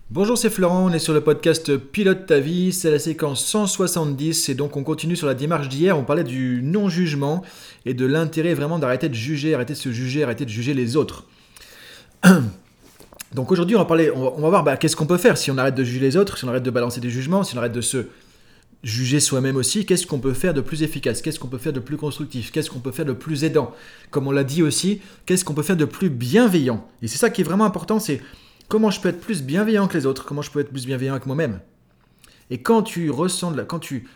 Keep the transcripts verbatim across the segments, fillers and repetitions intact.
Bonjour, c'est Florent, on est sur le podcast Pilote ta vie, c'est la séquence cent soixante-dix et donc on continue sur la démarche d'hier, on parlait du non-jugement et de l'intérêt vraiment d'arrêter de juger, arrêter de se juger, arrêter de juger les autres. Donc aujourd'hui on va parler, on va, on va voir bah, qu'est-ce qu'on peut faire si on arrête de juger les autres, si on arrête de balancer des jugements, si on arrête de se juger soi-même aussi, qu'est-ce qu'on peut faire de plus efficace, qu'est-ce qu'on peut faire de plus constructif, qu'est-ce qu'on peut faire de plus aidant, comme on l'a dit aussi, qu'est-ce qu'on peut faire de plus bienveillant. Et c'est ça qui est vraiment important, c'est comment je peux être plus bienveillant que les autres, comment je peux être plus bienveillant avec moi-même. Et quand tu ressens, de la, quand, tu,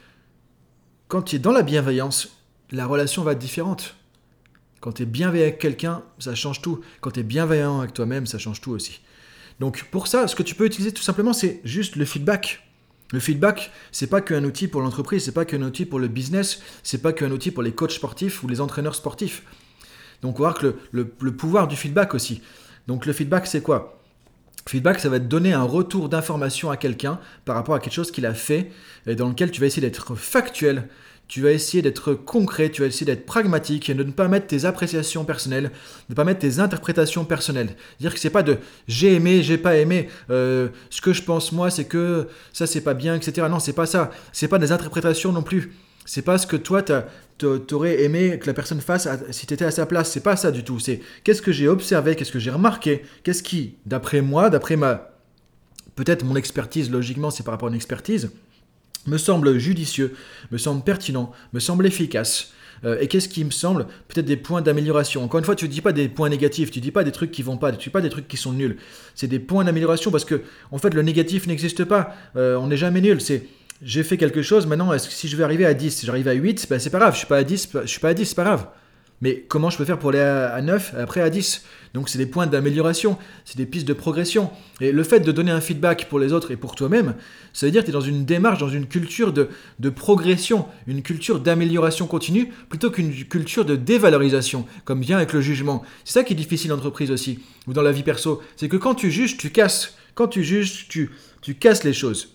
quand tu es dans la bienveillance, la relation va être différente. Quand tu es bienveillant avec quelqu'un, ça change tout. Quand tu es bienveillant avec toi-même, ça change tout aussi. Donc pour ça, ce que tu peux utiliser tout simplement, c'est juste le feedback. Le feedback, c'est pas qu'un outil pour l'entreprise, c'est pas qu'un outil pour le business, c'est pas qu'un outil pour les coachs sportifs ou les entraîneurs sportifs. Donc on va voir que le, le, le pouvoir du feedback aussi. Donc le feedback, c'est quoi ? Feedback, ça va te donner un retour d'information à quelqu'un par rapport à quelque chose qu'il a fait et dans lequel tu vas essayer d'être factuel, tu vas essayer d'être concret, tu vas essayer d'être pragmatique et de ne pas mettre tes appréciations personnelles, de ne pas mettre tes interprétations personnelles. Dire que c'est pas de j'ai aimé, j'ai pas aimé, euh, ce que je pense moi c'est que ça c'est pas bien, et cetera. Non, c'est pas ça. C'est pas des interprétations non plus. C'est pas ce que toi t'aurais aimé que la personne fasse si tu étais à sa place. C'est pas ça du tout. C'est qu'est-ce que j'ai observé, qu'est-ce que j'ai remarqué, qu'est-ce qui, d'après moi, d'après ma peut-être mon expertise, logiquement c'est par rapport à une expertise, me semble judicieux, me semble pertinent, me semble efficace. Euh, et qu'est-ce qui me semble peut-être des points d'amélioration. Encore une fois, tu ne dis pas des points négatifs, tu ne dis pas des trucs qui vont pas, tu ne dis pas des trucs qui sont nuls. C'est des points d'amélioration parce que en fait le négatif n'existe pas. Euh, on n'est jamais nul. C'est j'ai fait quelque chose, maintenant, est-ce que si je vais arriver à dix, si j'arrive à huit, ben c'est pas grave, je suis pas à dix, je suis pas à dix, c'est pas grave. Mais comment je peux faire pour aller à, à neuf, après à dix? Donc c'est des points d'amélioration, c'est des pistes de progression. Et le fait de donner un feedback pour les autres et pour toi-même, ça veut dire que tu es dans une démarche, dans une culture de, de progression, une culture d'amélioration continue, plutôt qu'une culture de dévalorisation, comme vient avec le jugement. C'est ça qui est difficile en entreprise aussi, ou dans la vie perso. C'est que quand tu juges, tu casses. Quand tu juges, tu, tu casses les choses.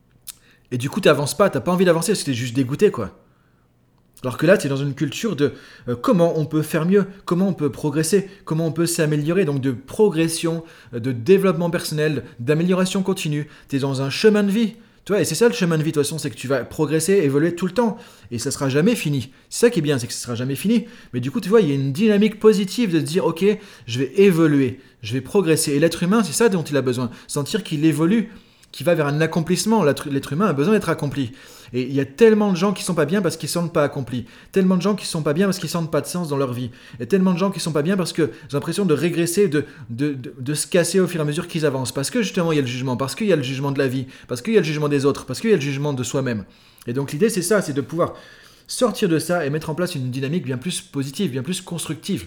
Et du coup, tu n'avances pas, tu n'as pas envie d'avancer parce que tu es juste dégoûté, quoi. Alors que là, tu es dans une culture de euh, comment on peut faire mieux, comment on peut progresser, comment on peut s'améliorer, donc de progression, euh, de développement personnel, d'amélioration continue. Tu es dans un chemin de vie. Tu vois, et c'est ça le chemin de vie, de toute façon, c'est que tu vas progresser, évoluer tout le temps. Et ça sera jamais fini. C'est ça qui est bien, c'est que ça sera jamais fini. Mais du coup, tu vois, il y a une dynamique positive de te dire, ok, je vais évoluer, je vais progresser. Et l'être humain, c'est ça dont il a besoin. Sentir qu'il évolue, qui va vers un accomplissement. L'être humain a besoin d'être accompli. Et il y a tellement de gens qui sont pas bien parce qu'ils ne sont pas accomplis. Tellement de gens qui sont pas bien parce qu'ils sentent pas de sens dans leur vie. Et tellement de gens qui sont pas bien parce qu'ils ont l'impression de régresser, de, de, de, de se casser au fur et à mesure qu'ils avancent. Parce que justement il y a le jugement, parce qu'il y a le jugement de la vie, parce qu'il y a le jugement des autres, parce qu'il y a le jugement de soi-même. Et donc l'idée c'est ça, c'est de pouvoir sortir de ça et mettre en place une dynamique bien plus positive, bien plus constructive.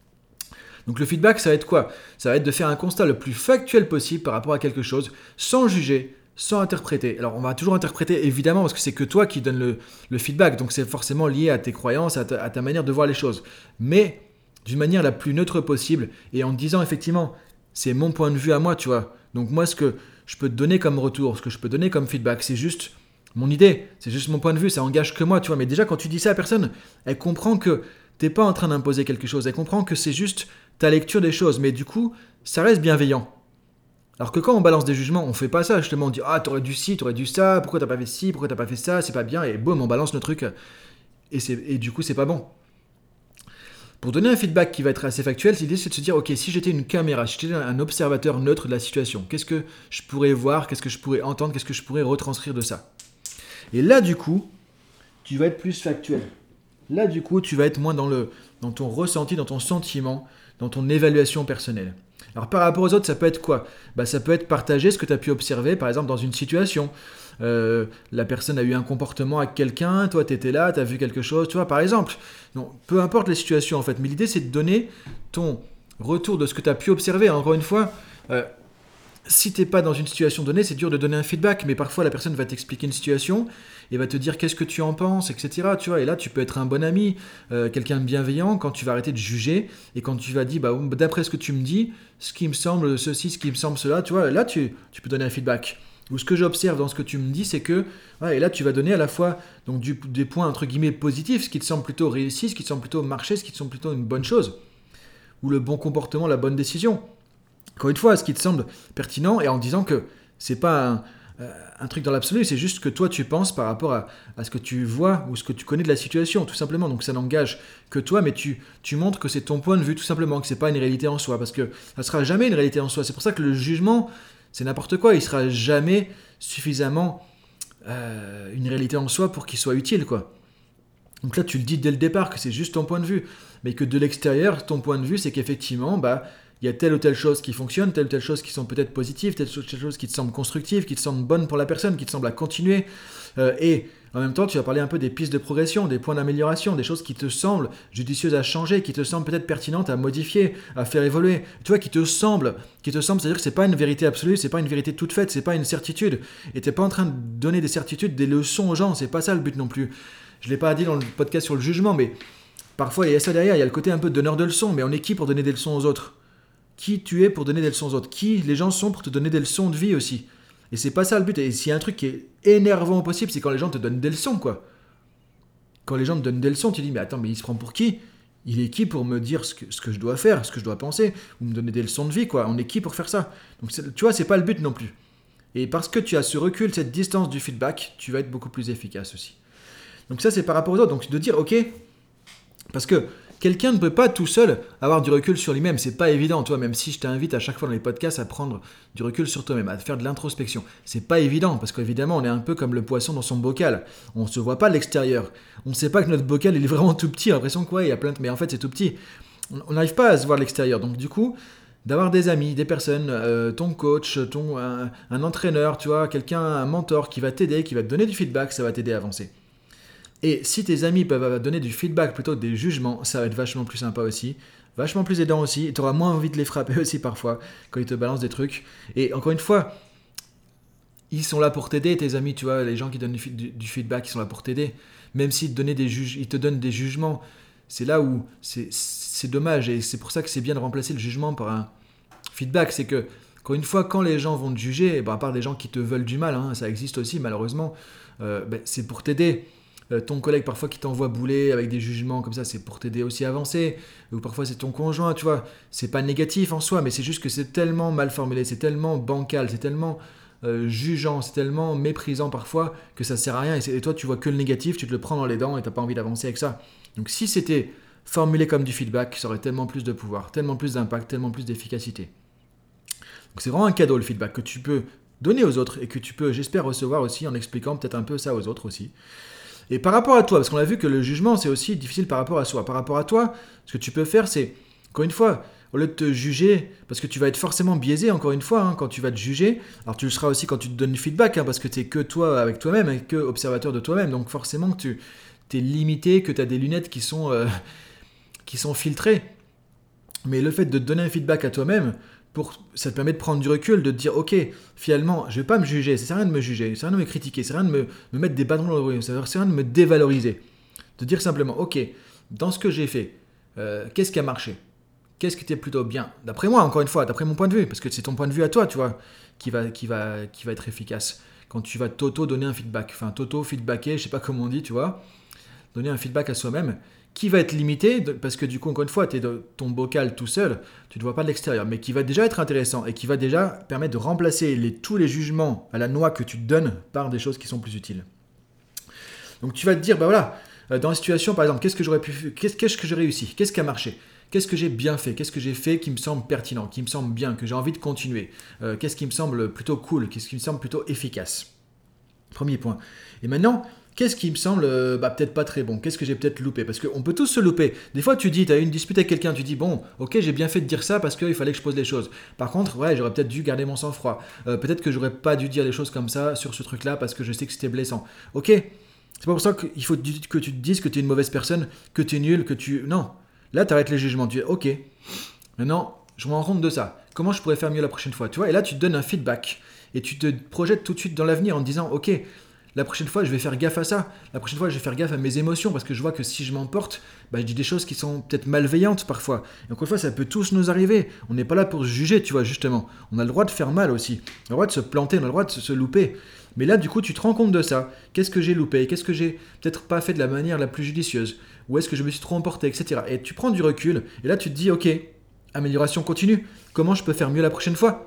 Donc le feedback, ça va être quoi? Ça va être de faire un constat le plus factuel possible par rapport à quelque chose, sans juger, sans interpréter. Alors on va toujours interpréter évidemment parce que c'est que toi qui donnes le, le feedback, donc c'est forcément lié à tes croyances, à ta, à ta manière de voir les choses. Mais d'une manière la plus neutre possible et en te disant effectivement, c'est mon point de vue à moi, tu vois. Donc moi ce que je peux te donner comme retour, ce que je peux donner comme feedback, c'est juste mon idée, c'est juste mon point de vue, ça engage que moi, tu vois. Mais déjà quand tu dis ça à personne, elle comprend que t'es pas en train d'imposer quelque chose, elle comprend que c'est juste ta lecture des choses, mais du coup, ça reste bienveillant. Alors que quand on balance des jugements, on fait pas ça, justement, on dit ah t'aurais dû ci, t'aurais dû ça, pourquoi t'as pas fait ci, pourquoi t'as pas fait ça, c'est pas bien, et boum, on balance le truc, et, c'est, et du coup c'est pas bon. Pour donner un feedback qui va être assez factuel, l'idée c'est de se dire ok, si j'étais une caméra, si j'étais un observateur neutre de la situation, qu'est-ce que je pourrais voir, qu'est-ce que je pourrais entendre, qu'est-ce que je pourrais retranscrire de ça. Et là du coup, tu vas être plus factuel. Là du coup, tu vas être moins dans, le, dans ton ressenti, dans ton sentiment, dans ton évaluation personnelle. Alors par rapport aux autres, ça peut être quoi? Bah, ça peut être partager ce que tu as pu observer, par exemple dans une situation. Euh, la personne a eu un comportement avec quelqu'un, toi tu étais là, tu as vu quelque chose, tu vois, par exemple. Donc, peu importe les situations en fait, mais l'idée c'est de donner ton retour de ce que tu as pu observer. Encore une fois, euh, si tu n'es pas dans une situation donnée, c'est dur de donner un feedback, mais parfois la personne va t'expliquer une situation et va te dire qu'est-ce que tu en penses, et cetera. Tu vois, et là, tu peux être un bon ami, euh, quelqu'un de bienveillant quand tu vas arrêter de juger et quand tu vas dire, bah, d'après ce que tu me dis, ce qui me semble ceci, ce qui me semble cela, tu vois, là, tu, tu peux donner un feedback. Ou ce que j'observe dans ce que tu me dis, c'est que, ouais, et là, tu vas donner à la fois donc, du, des points entre guillemets positifs, ce qui te semble plutôt réussi, ce qui te semble plutôt marcher, ce qui te semble plutôt une bonne chose, ou le bon comportement, la bonne décision. Encore une fois, ce qui te semble pertinent et en disant que C'est pas un, euh, un truc dans l'absolu, c'est juste ce que toi tu penses par rapport à, à ce que tu vois ou ce que tu connais de la situation, tout simplement. Donc ça n'engage que toi, mais tu, tu montres que c'est ton point de vue, tout simplement, que c'est pas une réalité en soi, parce que ça sera jamais une réalité en soi. C'est pour ça que le jugement, c'est n'importe quoi, il sera jamais suffisamment euh, une réalité en soi pour qu'il soit utile, quoi. Donc là, tu le dis dès le départ que c'est juste ton point de vue, mais que de l'extérieur, ton point de vue, c'est qu'effectivement, bah, il y a telle ou telle chose qui fonctionne, telle ou telle chose qui sont peut-être positives, telle ou telle chose qui te semble constructive, qui te semble bonne pour la personne, qui te semble à continuer. Euh, et en même temps, tu vas parler un peu des pistes de progression, des points d'amélioration, des choses qui te semblent judicieuses à changer, qui te semblent peut-être pertinentes à modifier, à faire évoluer. Tu vois, qui te semblent, qui te semblent, c'est-à-dire que c'est pas une vérité absolue, c'est pas une vérité toute faite, c'est pas une certitude. Et t'es pas en train de donner des certitudes, des leçons aux gens, c'est pas ça le but non plus. Je l'ai pas dit dans le podcast sur le jugement, mais parfois il y a ça derrière, il y a le côté un peu donneur de leçons, mais on est qui pour donner des leçons aux autres ? Qui tu es pour donner des leçons aux autres ? Qui les gens sont pour te donner des leçons de vie aussi ? Et c'est pas ça le but. Et s'il y a un truc qui est énervant au possible, c'est quand les gens te donnent des leçons, quoi. Quand les gens te donnent des leçons, tu dis, mais attends, mais il se prend pour qui ? Il est qui pour me dire ce que, ce que je dois faire, ce que je dois penser, ou me donner des leçons de vie, quoi. On est qui pour faire ça ? Donc tu vois, c'est pas le but non plus. Et parce que tu as ce recul, cette distance du feedback, tu vas être beaucoup plus efficace aussi. Donc ça, c'est par rapport aux autres. Donc de dire, ok, parce que quelqu'un ne peut pas tout seul avoir du recul sur lui-même. C'est pas évident, toi, même si je t'invite à chaque fois dans les podcasts à prendre du recul sur toi-même, à faire de l'introspection. C'est pas évident, parce qu'évidemment, on est un peu comme le poisson dans son bocal. On se voit pas de l'extérieur. On ne sait pas que notre bocal, il est vraiment tout petit. On a l'impression que ouais, il y a plein de... Mais en fait, c'est tout petit. On n'arrive pas à se voir de l'extérieur. Donc du coup, d'avoir des amis, des personnes, euh, ton coach, ton, un, un entraîneur, tu vois, quelqu'un, un mentor qui va t'aider, qui va te donner du feedback, ça va t'aider à avancer. Et si tes amis peuvent donner du feedback plutôt que des jugements, ça va être vachement plus sympa aussi, vachement plus aidant aussi, et tu auras moins envie de les frapper aussi parfois quand ils te balancent des trucs. Et encore une fois, ils sont là pour t'aider, tes amis, tu vois, les gens qui donnent du, du, du feedback, ils sont là pour t'aider. Même s'ils te, des juge, ils te donnent des jugements, c'est là où c'est, c'est dommage, et c'est pour ça que c'est bien de remplacer le jugement par un feedback. C'est que, encore une fois, quand les gens vont te juger, ben, à part des gens qui te veulent du mal, hein, ça existe aussi malheureusement, euh, ben, c'est pour t'aider. Euh, ton collègue parfois qui t'envoie bouler avec des jugements comme ça, c'est pour t'aider aussi à avancer. Ou parfois c'est ton conjoint, tu vois. C'est pas négatif en soi, mais c'est juste que c'est tellement mal formulé, c'est tellement bancal, c'est tellement euh, jugeant, c'est tellement méprisant parfois que ça sert à rien. Et, et toi, tu vois que le négatif, tu te le prends dans les dents et t'as pas envie d'avancer avec ça. Donc si c'était formulé comme du feedback, ça aurait tellement plus de pouvoir, tellement plus d'impact, tellement plus d'efficacité. Donc c'est vraiment un cadeau le feedback que tu peux donner aux autres et que tu peux, j'espère, recevoir aussi en expliquant peut-être un peu ça aux autres aussi. Et par rapport à toi, parce qu'on a vu que le jugement, c'est aussi difficile par rapport à soi. Par rapport à toi, ce que tu peux faire, c'est, encore une fois, au lieu de te juger, parce que tu vas être forcément biaisé, encore une fois, hein, quand tu vas te juger, alors tu le seras aussi quand tu te donnes du feedback, hein, parce que tu n'es que toi avec toi-même, et que observateur de toi-même, donc forcément que tu es limité, que tu as des lunettes qui sont, euh, qui sont filtrées. Mais le fait de te donner un feedback à toi-même, Pour, ça te permet de prendre du recul, de te dire, ok, finalement, je ne vais pas me juger, ça sert à rien de me juger, ça sert à rien de me critiquer, ça sert à rien de me, me mettre des bâtons dans le rues, ça sert à rien de me dévaloriser. De dire simplement, ok, dans ce que j'ai fait, euh, qu'est-ce qui a marché ? Qu'est-ce qui était plutôt bien ? D'après moi, encore une fois, d'après mon point de vue, parce que c'est ton point de vue à toi, tu vois, qui va, qui va, qui va être efficace. Quand tu vas t'auto-donner un feedback, enfin, t'auto-feedbacker, je ne sais pas comment on dit, tu vois, donner un feedback à soi-même, qui va être limité, parce que du coup, encore une fois, tu es dans ton bocal tout seul, tu ne te vois pas de l'extérieur, mais qui va déjà être intéressant et qui va déjà permettre de remplacer les, tous les jugements à la noix que tu te donnes par des choses qui sont plus utiles. Donc tu vas te dire, bah voilà, dans la situation, par exemple, qu'est-ce que j'aurais pu, qu'est-ce, qu'est-ce que j'ai réussi ? Qu'est-ce qui a marché ? Qu'est-ce que j'ai bien fait ? Qu'est-ce que j'ai fait qui me semble pertinent, qui me semble bien, que j'ai envie de continuer ? euh, Qu'est-ce qui me semble plutôt cool ? Qu'est-ce qui me semble plutôt efficace ? Premier point. Et maintenant, qu'est-ce qui me semble euh, bah, peut-être pas très bon ? Qu'est-ce que j'ai peut-être loupé ? Parce qu'on peut tous se louper. Des fois, tu dis, tu as eu une dispute avec quelqu'un, tu dis, bon, ok, j'ai bien fait de dire ça parce qu'il fallait que je pose les choses. Par contre, ouais, j'aurais peut-être dû garder mon sang-froid. Euh, peut-être que j'aurais pas dû dire des choses comme ça sur ce truc-là parce que je sais que c'était blessant. Ok, c'est pas pour ça qu'il faut que tu te dises que tu es une mauvaise personne, que tu es nul, que tu... Non, là, tu arrêtes les jugements. Tu dis, ok, maintenant, je me rends compte de ça. Comment je pourrais faire mieux la prochaine fois ? Tu vois, et là, tu te donnes un feedback et tu te projettes tout de suite dans l'avenir en te disant, ok, la prochaine fois, je vais faire gaffe à ça. La prochaine fois, je vais faire gaffe à mes émotions parce que je vois que si je m'emporte, bah, je dis des choses qui sont peut-être malveillantes parfois. Et encore une fois, ça peut tous nous arriver. On n'est pas là pour se juger, tu vois, justement. On a le droit de faire mal aussi. On a le droit de se planter, on a le droit de se, se louper. Mais là, du coup, tu te rends compte de ça. Qu'est-ce que j'ai loupé ? Qu'est-ce que j'ai peut-être pas fait de la manière la plus judicieuse ? Où est-ce que je me suis trop emporté, et cetera. Et tu prends du recul et là, tu te dis, ok, amélioration continue. Comment je peux faire mieux la prochaine fois ?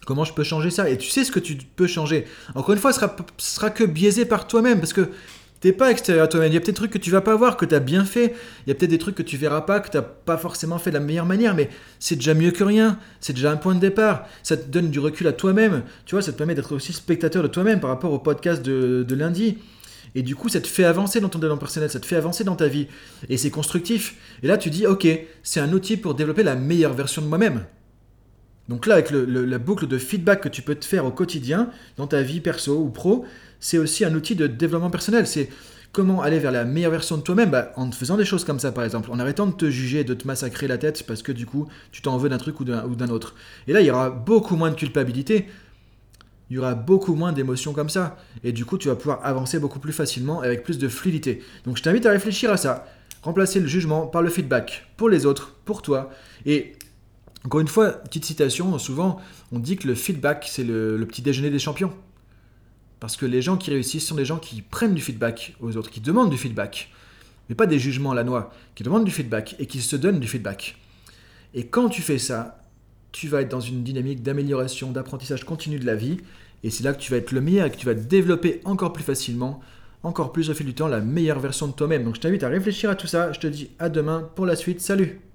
Comment je peux changer ça? Et tu sais ce que tu peux changer. Encore une fois, ce sera, ce sera que biaisé par toi-même, parce que t'es pas extérieur à toi-même. Il y a peut-être des trucs que tu vas pas voir, que tu as bien fait. Il y a peut-être des trucs que tu verras pas, que tu n'as pas forcément fait de la meilleure manière, mais c'est déjà mieux que rien. C'est déjà un point de départ. Ça te donne du recul à toi-même. Tu vois, ça te permet d'être aussi spectateur de toi-même par rapport au podcast de, de lundi. Et du coup, ça te fait avancer dans ton développement personnel, ça te fait avancer dans ta vie. Et c'est constructif. Et là, tu dis, ok, c'est un outil pour développer la meilleure version de moi-même. Donc là, avec le, le, la boucle de feedback que tu peux te faire au quotidien, dans ta vie perso ou pro, c'est aussi un outil de développement personnel. C'est comment aller vers la meilleure version de toi-même, bah, en te faisant des choses comme ça, par exemple, en arrêtant de te juger, de te massacrer la tête parce que du coup, tu t'en veux d'un truc ou d'un, ou d'un autre. Et là, il y aura beaucoup moins de culpabilité, il y aura beaucoup moins d'émotions comme ça. Et du coup, tu vas pouvoir avancer beaucoup plus facilement et avec plus de fluidité. Donc je t'invite à réfléchir à ça. Remplacer le jugement par le feedback, pour les autres, pour toi. Et encore une fois, petite citation, souvent on dit que le feedback c'est le, le petit déjeuner des champions. Parce que les gens qui réussissent sont des gens qui prennent du feedback aux autres, qui demandent du feedback. Mais pas des jugements à la noix, qui demandent du feedback et qui se donnent du feedback. Et quand tu fais ça, tu vas être dans une dynamique d'amélioration, d'apprentissage continu de la vie. Et c'est là que tu vas être le meilleur et que tu vas développer encore plus facilement, encore plus au fil du temps, la meilleure version de toi-même. Donc je t'invite à réfléchir à tout ça. Je te dis à demain pour la suite. Salut!